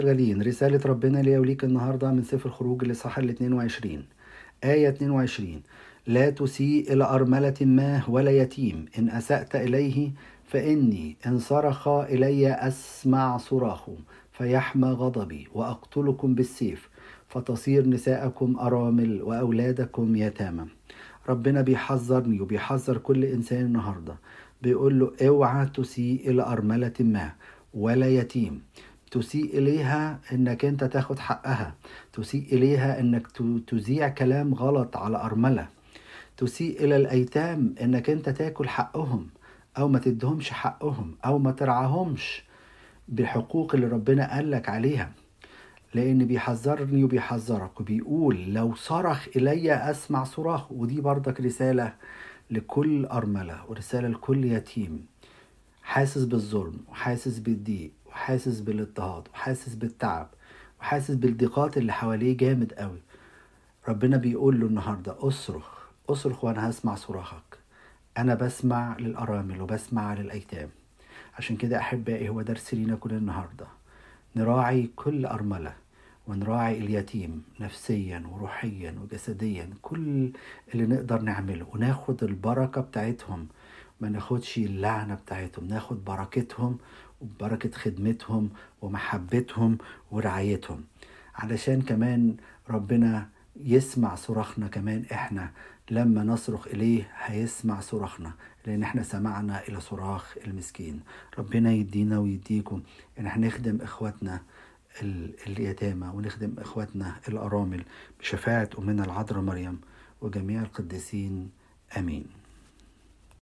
غاليين، رسالة ربنا ليا وليك النهاردة من سفر الخروج الإصحاح 22 آية 22: لا تسيء إلى أرملة ما ولا يتيم، إن أسأت إليه فإني إن صرخ إلي أسمع صراخه، فيحمى غضبي وأقتلكم بالسيف، فتصير نساءكم أرامل وأولادكم يتامى. ربنا بيحذرني وبيحذر كل إنسان النهاردة، بيقول له اوعى تسيء إلى أرملة ما ولا يتيم. تسيء إليها إنك أنت تاخد حقها، تسيء إليها إنك تذيع كلام غلط على أرملة، تسيء إلى الأيتام إنك أنت تاكل حقهم أو ما تدهمش حقهم أو ما ترعاهمش بالحقوق اللي ربنا قالك عليها. لأن بيحذرني وبيحذرك وبيقول لو صرخ إلي أسمع صراخ. ودي برضك رسالة لكل أرملة ورسالة لكل يتيم حاسس بالظلم وحاسس بالضيق وحاسس بالاضطهاد وحاسس بالتعب وحاسس بالضيقات اللي حواليه جامد قوي. ربنا بيقول له النهاردة اصرخ اصرخ وانا هسمع صراخك. انا بسمع للارامل وبسمع للايتام. عشان كده احبائي هو درس لينا كل النهاردة، نراعي كل ارملة ونراعي اليتيم نفسيا وروحيا وجسديا، كل اللي نقدر نعمله وناخد البركة بتاعتهم، ما ناخدش اللعنة بتاعتهم، ناخد بركتهم وبركة خدمتهم ومحبتهم ورعايتهم، علشان كمان ربنا يسمع صراخنا. كمان احنا لما نصرخ إليه هيسمع صراخنا، لأن احنا سمعنا إلى صراخ المسكين. ربنا يدينا ويديكم إن احنا نخدم إخواتنا اليتامى ونخدم إخواتنا الأرامل بشفاعة أمنا العذراء مريم وجميع القديسين. آمين.